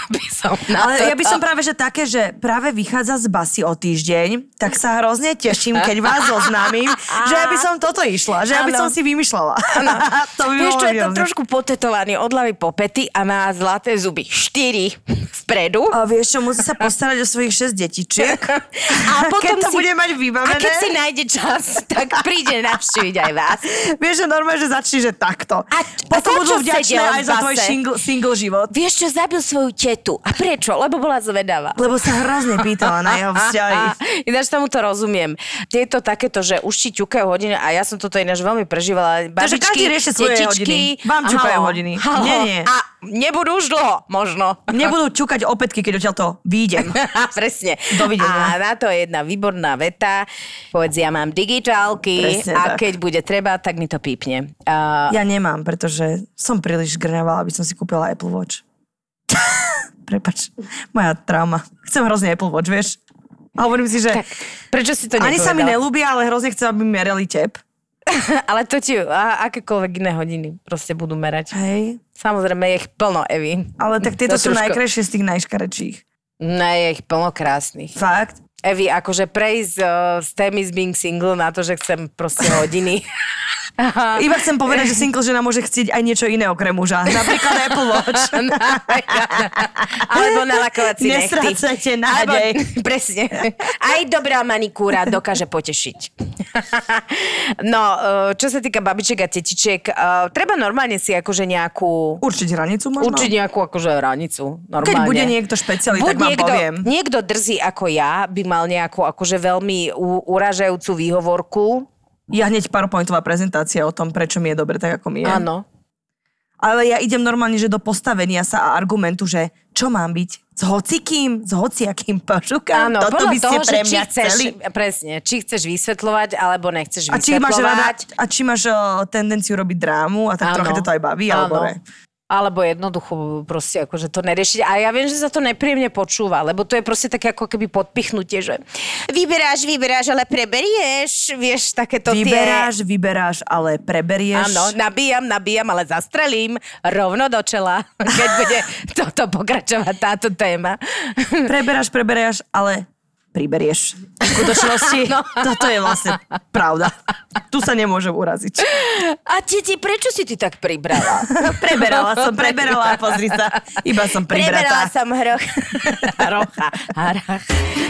by som na Ale to... ja by som práve, že také, že práve vychádza z basy o týždeň, tak sa hrozne teším, keď vás zoznámim, že ja by som toto išla, že ja by som si vymýšľala. To by Vieš bolo čo, je to hrozné. trošku potetovaný od hlavy po pety a má zlaté zuby. Štyri vpredu. A vieš čo, musí sa postarať o svojich šesť detičiek. A potom keď to si, bude mať vybavené. A keď si nájde čas, tak príde navštíviť aj vás. Vieš, že normálne, že začni, že takto. A, Potom a za budú čo vďačné sedel aj v za tvoj base? single, single život. Vieš čo, zabil svoju tetu. A prečo? Lebo bola zvedavá. Lebo sa hrozne pýtala na jeho vzťahy. Ináč tomu to rozumiem. Tieto takéto, že už ti ťukajú hodiny a ja som toto ináč veľmi prežívala. Takže Babičky, každý rieši svoje tetičky. hodiny. Vám ťukajú Halo, hodiny. halo. Nie, nie. A nebudú už dlho, možno. Nebudú čukať opätky, keď odtiaľto výjdem. Presne. Dovidenia. A na to je jedna výborná veta. Povedz, ja mám digitálky Presne a tak. keď bude treba, tak mi to pípne. Uh, Ja nemám, pretože som príliš grňavá, aby som si kúpila Apple Watch. Prepač, moja trauma. Chcem hrozne Apple Watch, vieš? A hovorím si, že tak, prečo si to ani nepovedal? sa mi nelúbia, ale hrozne chcem, aby mi merali tep. Ale to ti a, akékoľvek iné hodiny proste budú merať. Hej. Samozrejme, je ich plno, Evi. Ale tak tieto To sú trošku- najkrajšie z tých najškarečích. No, je ich plno krásnych. Fakt? Evi, akože prejsť uh, z témy z being single na to, že chcem proste hodiny. Iba chcem povedať, že single žena môže chcieť aj niečo iné okrem muža. Napríklad Apple Watch. Alebo nalakovací nechty. Nestrácajte nádej. Alebo, presne. Aj dobrá manikúra dokáže potešiť. No, uh, čo sa týka babičiek a tetičiek, uh, treba normálne si akože nejakú... Určiť hranicu možno? Určiť nejakú akože hranicu. Normálne. Keď bude niekto špeciálny, Buď tak vám niekto, poviem. niekto drzý ako ja by mal nejakú akože veľmi u, uražajúcu výhovorku. Ja hneď PowerPointová prezentácia o tom, prečo mi je dobre tak, ako mi je. Áno. Ale ja idem normálne, že do postavenia sa a argumentu, že čo mám byť? S hocikým? S hociakým pašukám? Áno, Toto podľa by ste toho, pre že či mňa chceš, chceli? presne, či chceš vysvetľovať, alebo nechceš A či máš, vysvetľovať. rada, a či máš o, tendenciu robiť drámu a tak Áno. trocha to aj baví, alebo Áno. ne? Alebo jednoducho proste akože to neriešiť. A ja viem, že sa to nepríjemne počúva, lebo to je proste také ako keby podpichnutie, že vyberáš, vyberáš, ale preberieš, vieš, takéto tie... Vyberáš, vyberáš, ale preberieš. Áno, nabíjam, nabíjam, ale zastrelím rovno do čela, keď bude toto pokračovať táto téma. Preberáš, preberáš, ale priberieš. V skutočnosti No. toto je vlastne pravda. Tu sa nemôžem uraziť. A teti, prečo si ty tak pribrala? Preberala som, preberala, pozri sa. Iba som Preberala pribratá. som hroch. Rocha. Harach.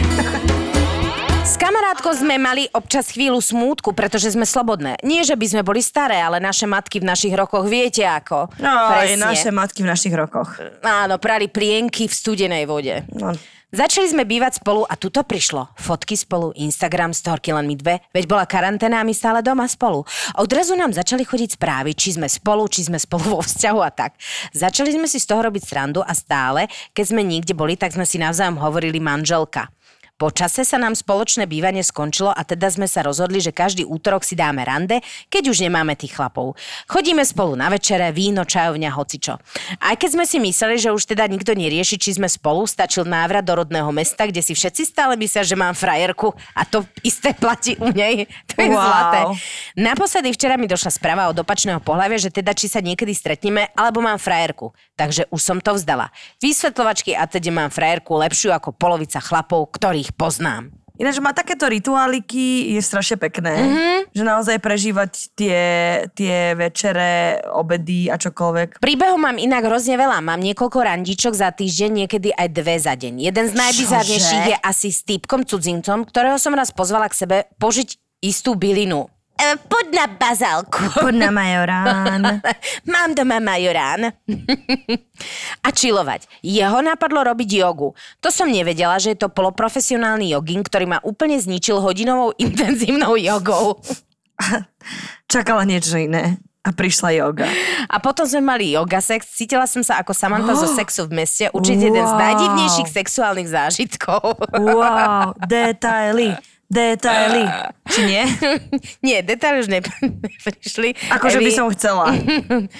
S kamarátkou sme mali občas chvíľu smútku, pretože sme slobodné. Nie, že by sme boli staré, ale naše matky v našich rokoch viete ako. No, aj naše matky v našich rokoch. Áno, prali plienky v studenej vode. No. Začali sme bývať spolu a tuto prišlo. Fotky spolu, Instagram, storky len my dve. Veď bola karanténa a my stále doma spolu. Odrazu nám začali chodiť správy, či sme spolu, či sme spolu vo vzťahu a tak. Začali sme si z toho robiť srandu a stále, keď sme niekde boli, tak sme si navzájom hovorili manželka. Po čase sa nám spoločné bývanie skončilo a teda sme sa rozhodli, že každý útorok si dáme rande, keď už nemáme tých chlapov. Chodíme spolu na večere, víno, čajovňa, hocičo. Aj keď sme si mysleli, že už teda nikto nerieši, či sme spolu, stačil návrat do rodného mesta, kde si všetci stále myslia, že mám frajerku a to isté platí u nej. To je Wow. zlaté. Naposledy včera mi došla správa od opačného pohľavia, že teda či sa niekedy stretneme, alebo mám frajerku. Takže už som to vzdala. Vysvetľovačky a teda mám frajerku lepšiu ako polovica chlapov, ktorých poznám. Ináč má takéto rituáliky, je strašne pekné, mm-hmm. že naozaj prežívať tie, tie večere, obedy a čokoľvek. Príbehov mám inak hrozne veľa. Mám niekoľko randíčok za týždeň, niekedy aj dve za deň. Jeden z najbizárnejších je asi s týpkom cudzincom, ktorého som raz pozvala k sebe požiť istú bylinu. E, poď na bazálku. Poď na Majorán. Mám doma Majorán. A čilovať. Jeho napadlo robiť jogu. To som nevedela, že je to poloprofesionálny jogín, ktorý ma úplne zničil hodinovou intenzívnou jogou. Čakala niečo iné. A prišla yoga. A potom sme mali yoga sex. Cítila som sa ako Samantha oh, zo Sexu v meste. Určite wow. jeden z najdivnejších sexuálnych zážitkov. Wow, detaily. Detaily. Či nie? Nie, detaily už ne- neprišli. Akože by Evi, som chcela.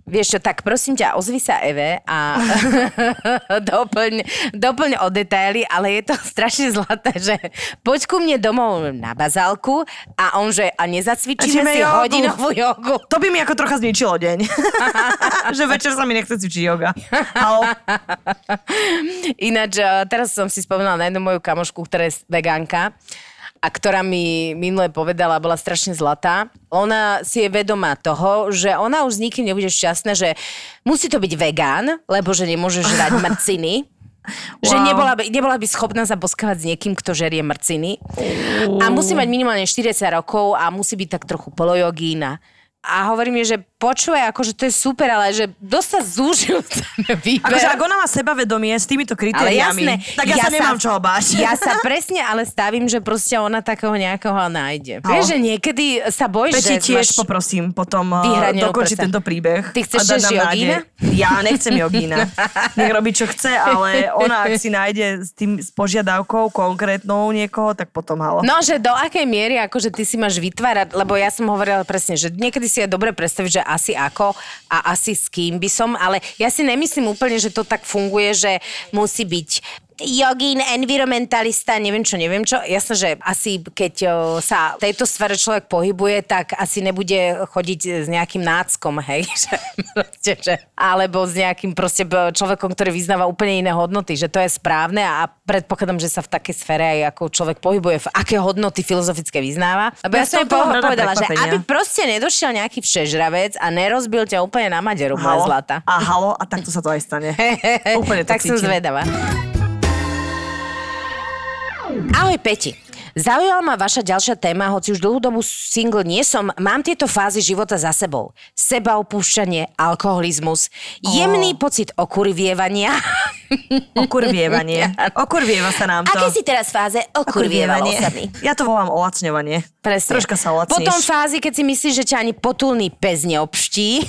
Vieš čo, tak prosím ťa, ozvi sa Eve a doplň, doplň o detaily, ale je to strašne zlaté, že poď ku mne domov na bazálku a on, že a nezacvičíme si jogu. Hodinovú jogu. To by mi ako trocha zničilo deň. Že večer sa mi nechce cvičiť yoga. Halo. Ináč, teraz som si spomínala na jednu moju kamošku, ktorá je vegánka a ktorá mi minule povedala, bola strašne zlatá. Ona si je vedomá toho, že ona už s nikým nebude šťastná, že musí to byť vegán, lebo že nemôže žrať mrciny. Wow. Že nebola by, nebola by schopná sa boskávať s niekým, kto žerie mrciny. Uh. A musí mať minimálne štyridsať rokov a musí byť tak trochu polojogína. A hovorí mi, že počúvaj, akože to je super, ale že dosť sa zúžil ten výber. Akože ak ona má sebavedomie s týmito kritériami, jasné, tak ja, ja sa nemám čoho báť. Ja sa presne ale stavím, že proste ona takého nejakého nájde. Vieš, že niekedy sa bojíš, Peti, že tiež poprosím potom dokončiť tento príbeh. Ty chceš, že jogína? Ja nechcem jogína. Nech robí, čo chce, ale ona, ak si nájde s tým s požiadavkou konkrétnou niekoho, tak potom halo. No, že do akej miery, akože ty si máš vytvárať, lebo ja som hovorila presne, že niekedy si je dobre predstaviť, že asi ako a asi s kým by som, ale ja si nemyslím úplne, že to tak funguje, že musí byť jogín, environmentalista, neviem čo, neviem čo. Jasné, že asi keď sa v tejto sfére človek pohybuje, tak asi nebude chodiť s nejakým náckom, hej, že, proste, že, alebo s nejakým proste človekom, ktorý vyznáva úplne iné hodnoty, že to je správne a predpokladám, že sa v takej sfére aj ako človek pohybuje, v aké hodnoty filozofické vyznáva. Lebo ja, ja som povedala, že aby proste nedošiel nejaký všežravec a nerozbil ťa úplne na maderu, moja zlata. A halo, a takto sa to aj stane. Úplne to tak cítim. Som zvedavá. Ahoj Peti. Zaujala ma vaša ďalšia téma, hoci už dlhú dobu single nie som, mám tieto fázy života za sebou. Sebaopúšťanie, alkoholizmus, jemný oh. pocit okurvievania. Okurvievanie. Okurvieva sa nám to. Aké si teraz fáze okurvievalo sa mi? Ja to volám olacňovanie. Presne. Troška sa olacníš. Potom fázy, keď si myslíš, že ťa ani potulný pes neobští.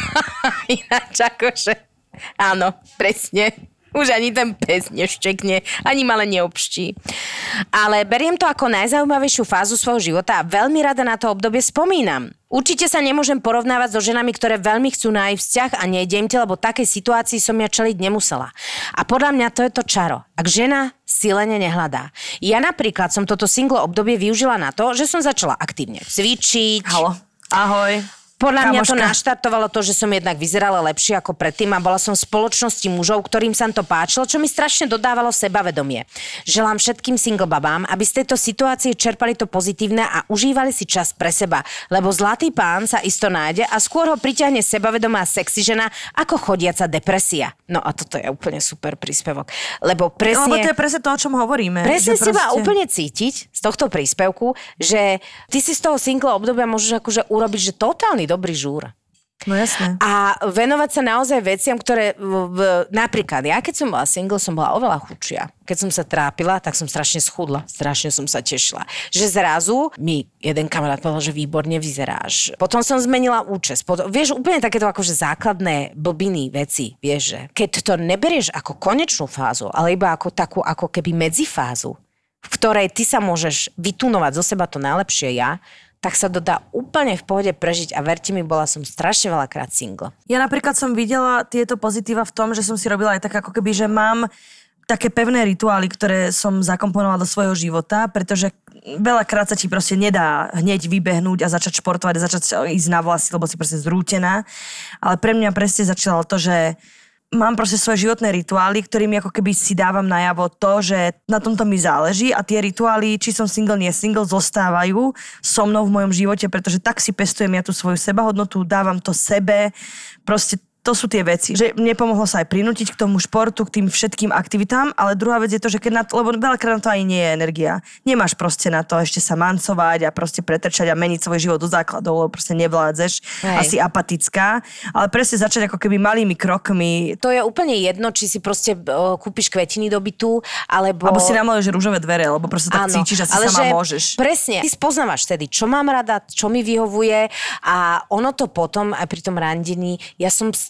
Ináč akože... Áno, presne. Už ani ten pes neštekne, ani ma len neobští. Ale beriem to ako najzaujímavejšiu fázu svojho života a veľmi rada na to obdobie spomínam. Určite sa nemôžem porovnávať so ženami, ktoré veľmi chcú nájsť vzťah a nejde im to, lebo takej situácii som ja čeliť nemusela. A podľa mňa to je to čaro. Ak žena silene nehľadá. Ja napríklad som toto single obdobie využila na to, že som začala aktívne cvičiť. Halo. Ahoj. Podľa mňa Kamoška. to naštartovalo to, že som jednak vyzerala lepšie ako predtým a bola som v spoločnosti mužov, ktorým sa to páčilo, čo mi strašne dodávalo sebavedomie. Želám všetkým single babám, aby z tejto situácie čerpali to pozitívne a užívali si čas pre seba, lebo zlatý pán sa isto nájde a skôr ho priťahne sebavedomá sexy žena ako chodiaca depresia. No a toto je úplne super príspevok, lebo presne... Lebo to je presne to, o čom hovoríme. Presne si proste... ma úplne cítiť z tohto príspevku, že ty si z toho single obdobia môžeš akože urobiť, že totálny dobrý žúr. No jasné. A venovať sa naozaj veciam, ktoré v, v, napríklad, ja keď som bola single, som bola oveľa chudšia. Keď som sa trápila, tak som strašne schudla. Strašne som sa tešila. Že zrazu mi jeden kamarát povedal, že výborne vyzeráš. Potom som zmenila účes. Potom, vieš, úplne takéto akože základné blbiny veci. Vieš, že keď to neberieš ako konečnú fázu, ale iba ako takú, ako keby medzifázu, v ktorej ty sa môžeš vytunovať zo seba to najlepšie ja, tak sa to dá úplne v pohode prežiť a verte mi, bola som strašne veľakrát single. Ja napríklad som videla tieto pozitíva v tom, že som si robila aj tak ako keby, že mám také pevné rituály, ktoré som zakomponovala do svojho života, pretože veľakrát sa ti proste nedá hneď vybehnúť a začať športovať a začať ísť na vlasy, lebo si proste zrútená. Ale pre mňa presne začalo to, že mám proste svoje životné rituály, ktorými ako keby si dávam najavo to, že na tomto mi záleží a tie rituály, či som single, nie single, zostávajú so mnou v mojom živote, pretože tak si pestujem ja tú svoju sebahodnotu, dávam to sebe, proste to sú tie veci, že mne pomohlo sa aj prinútiť k tomu športu, k tým všetkým aktivitám, ale druhá vec je to, že keď na to, lebo veľakrát na to ani nie je energia. Nemáš proste na to ešte sa mancovať a proste pretrčať a meniť svoj život do základov, lebo proste nevládzeš, asi apatická, ale presne začať ako keby malými krokmi. To je úplne jedno, či si proste uh, kúpiš kvetiny do bytu, alebo... Alebo si namaluješ rúžové dvere, lebo proste tak áno, cítiš a si ale sama že môžeš. Presne, ty spoznávaš vtedy, čo mám rada, čo mi vyhovuje a ono to potom aj pri tom randení, ja som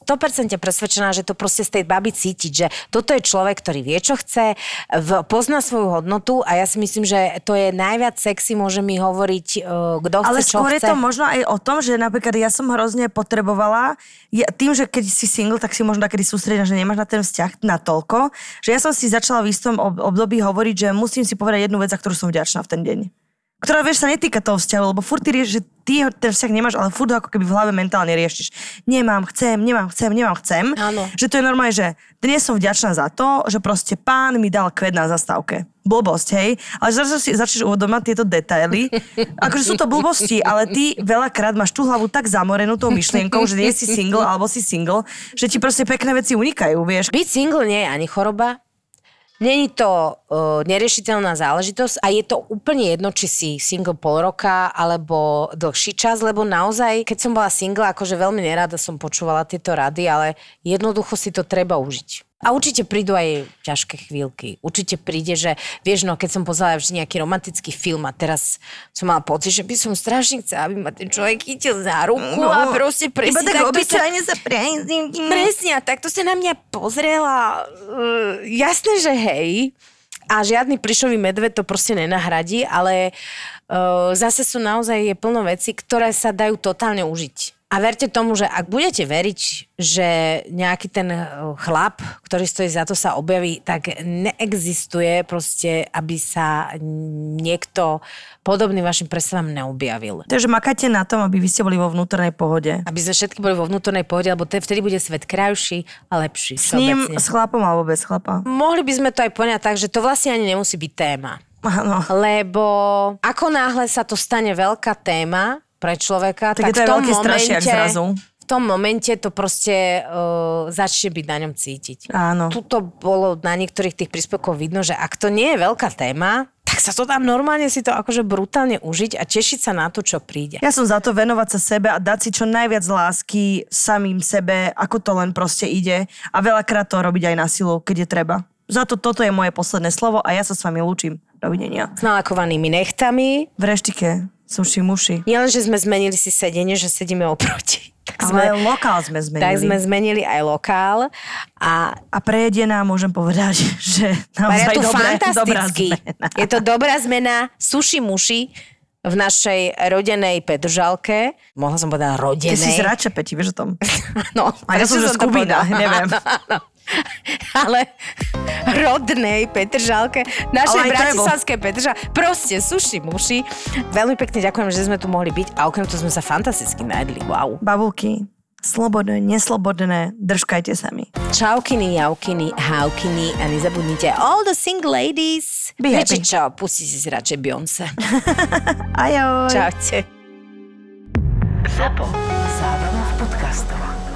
sto percent presvedčená, že to proste z tej baby cítiť, že toto je človek, ktorý vie, čo chce, v, pozná svoju hodnotu a ja si myslím, že to je najviac sexy, môže mi hovoriť, uh, kto chce, Ale čo skôr chce. je to možno aj o tom, že napríklad ja som hrozne potrebovala, ja, tým, že keď si single, tak si možno takedy sústredíš, že nemáš na ten vzťah natoľko, že ja som si začala v istom období hovoriť, že musím si povedať jednu vec, za ktorú som vďačná v ten deň. Ktorá, vieš, sa netýka toho vzťahu, lebo furt ty rieš, že ty ten vzťah nemáš, ale furt ho ako keby v hlave mentálne riešiš. Nemám, chcem, nemám, chcem, nemám, chcem. Áno. Že to je normálne, že dnes som vďačná za to, že proste pán mi dal kvet na zastávke. Blbosť, hej? Ale zrazu si začneš uvedomať tieto detaily. Akože sú to blbosti, ale ty veľakrát máš tú hlavu tak zamorenú tou myšlienkou, že nie si single alebo si single, že ti proste pekné veci unikajú, vieš. Byť single nie je ani choroba, není to uh, neriešiteľná záležitosť a je to úplne jedno, či si single pol roka alebo dlhší čas, lebo naozaj, keď som bola single, akože veľmi nerada som počúvala tieto rady, ale jednoducho si to treba užiť. A určite prídu aj ťažké chvíľky. Určite príde, že vieš, no keď som pozerala vždy nejaký romantický film a teraz som mala pocit, že by som strašne chcela, aby ma ten človek chytil za ruku no, a proste presne iba tak takto obyčajne sa... sa prejsť. Presne, a takto sa na mňa pozrela. Uh, jasné, že hej. A žiadny plišový medved to proste nenahradí, ale uh, zase sú naozaj je plno veci, ktoré sa dajú totálne užiť. A verte tomu, že ak budete veriť, že nejaký ten chlap, ktorý stojí za to, sa objaví, tak neexistuje proste, aby sa niekto podobný vašim predstavám neobjavil. Takže makajte na tom, aby vy ste boli vo vnútornej pohode. Aby sme všetky boli vo vnútornej pohode, lebo vtedy bude svet krajší a lepší. S ním, s chlapom alebo bez chlapa. Mohli by sme to aj poňať tak, že to vlastne ani nemusí byť téma. Áno. Lebo ako náhle sa to stane veľká téma pre človeka, tak, tak je to v tom veľký momente, strašiak zrazu. v tom momente to proste uh, začne byť na ňom cítiť. Áno. Tuto bolo na niektorých tých príspevkoch vidno, že ak to nie je veľká téma, tak sa to tam normálne si to akože brutálne užiť a tešiť sa na to, čo príde. Ja som za to venovať sa sebe a dať si čo najviac lásky samým sebe, ako to len proste ide a veľakrát to robiť aj na silu, keď je treba. Za to toto je moje posledné slovo a ja sa s vami lúčim. Dovidenia. S nalakovanými nechtami. V reštike. Suši muši. Nie len, že sme zmenili si sedenie, že sedíme oproti. Tak ale sme, lokál sme zmenili. Tak sme zmenili aj lokál. A, a prejedená môžem povedať, že naozaj je to dobré, dobrá fantastický. zmena. Je to dobrá zmena. Suši muši v našej rodenej Petržalke. Mohla som povedať rodenej. Ty si z Račepeti, vieš o tom? No, a ja som že z Kubína, neviem. Ale rodnej Petržalke, našej bratislavskej Petržalke, proste suši muši. Veľmi pekne ďakujem, že sme tu mohli byť a okrem toho sme sa fantasticky najedli. Wow. Babulky, slobodné, neslobodné, držkajte sa mi. Čaukiny, jaukiny, haukiny a nezabudnite all the single ladies. Be happy. Viete čo, pustite si radšej Beyoncé. Ajoj. Čaute. Zapo. Zábrná v podcastovách.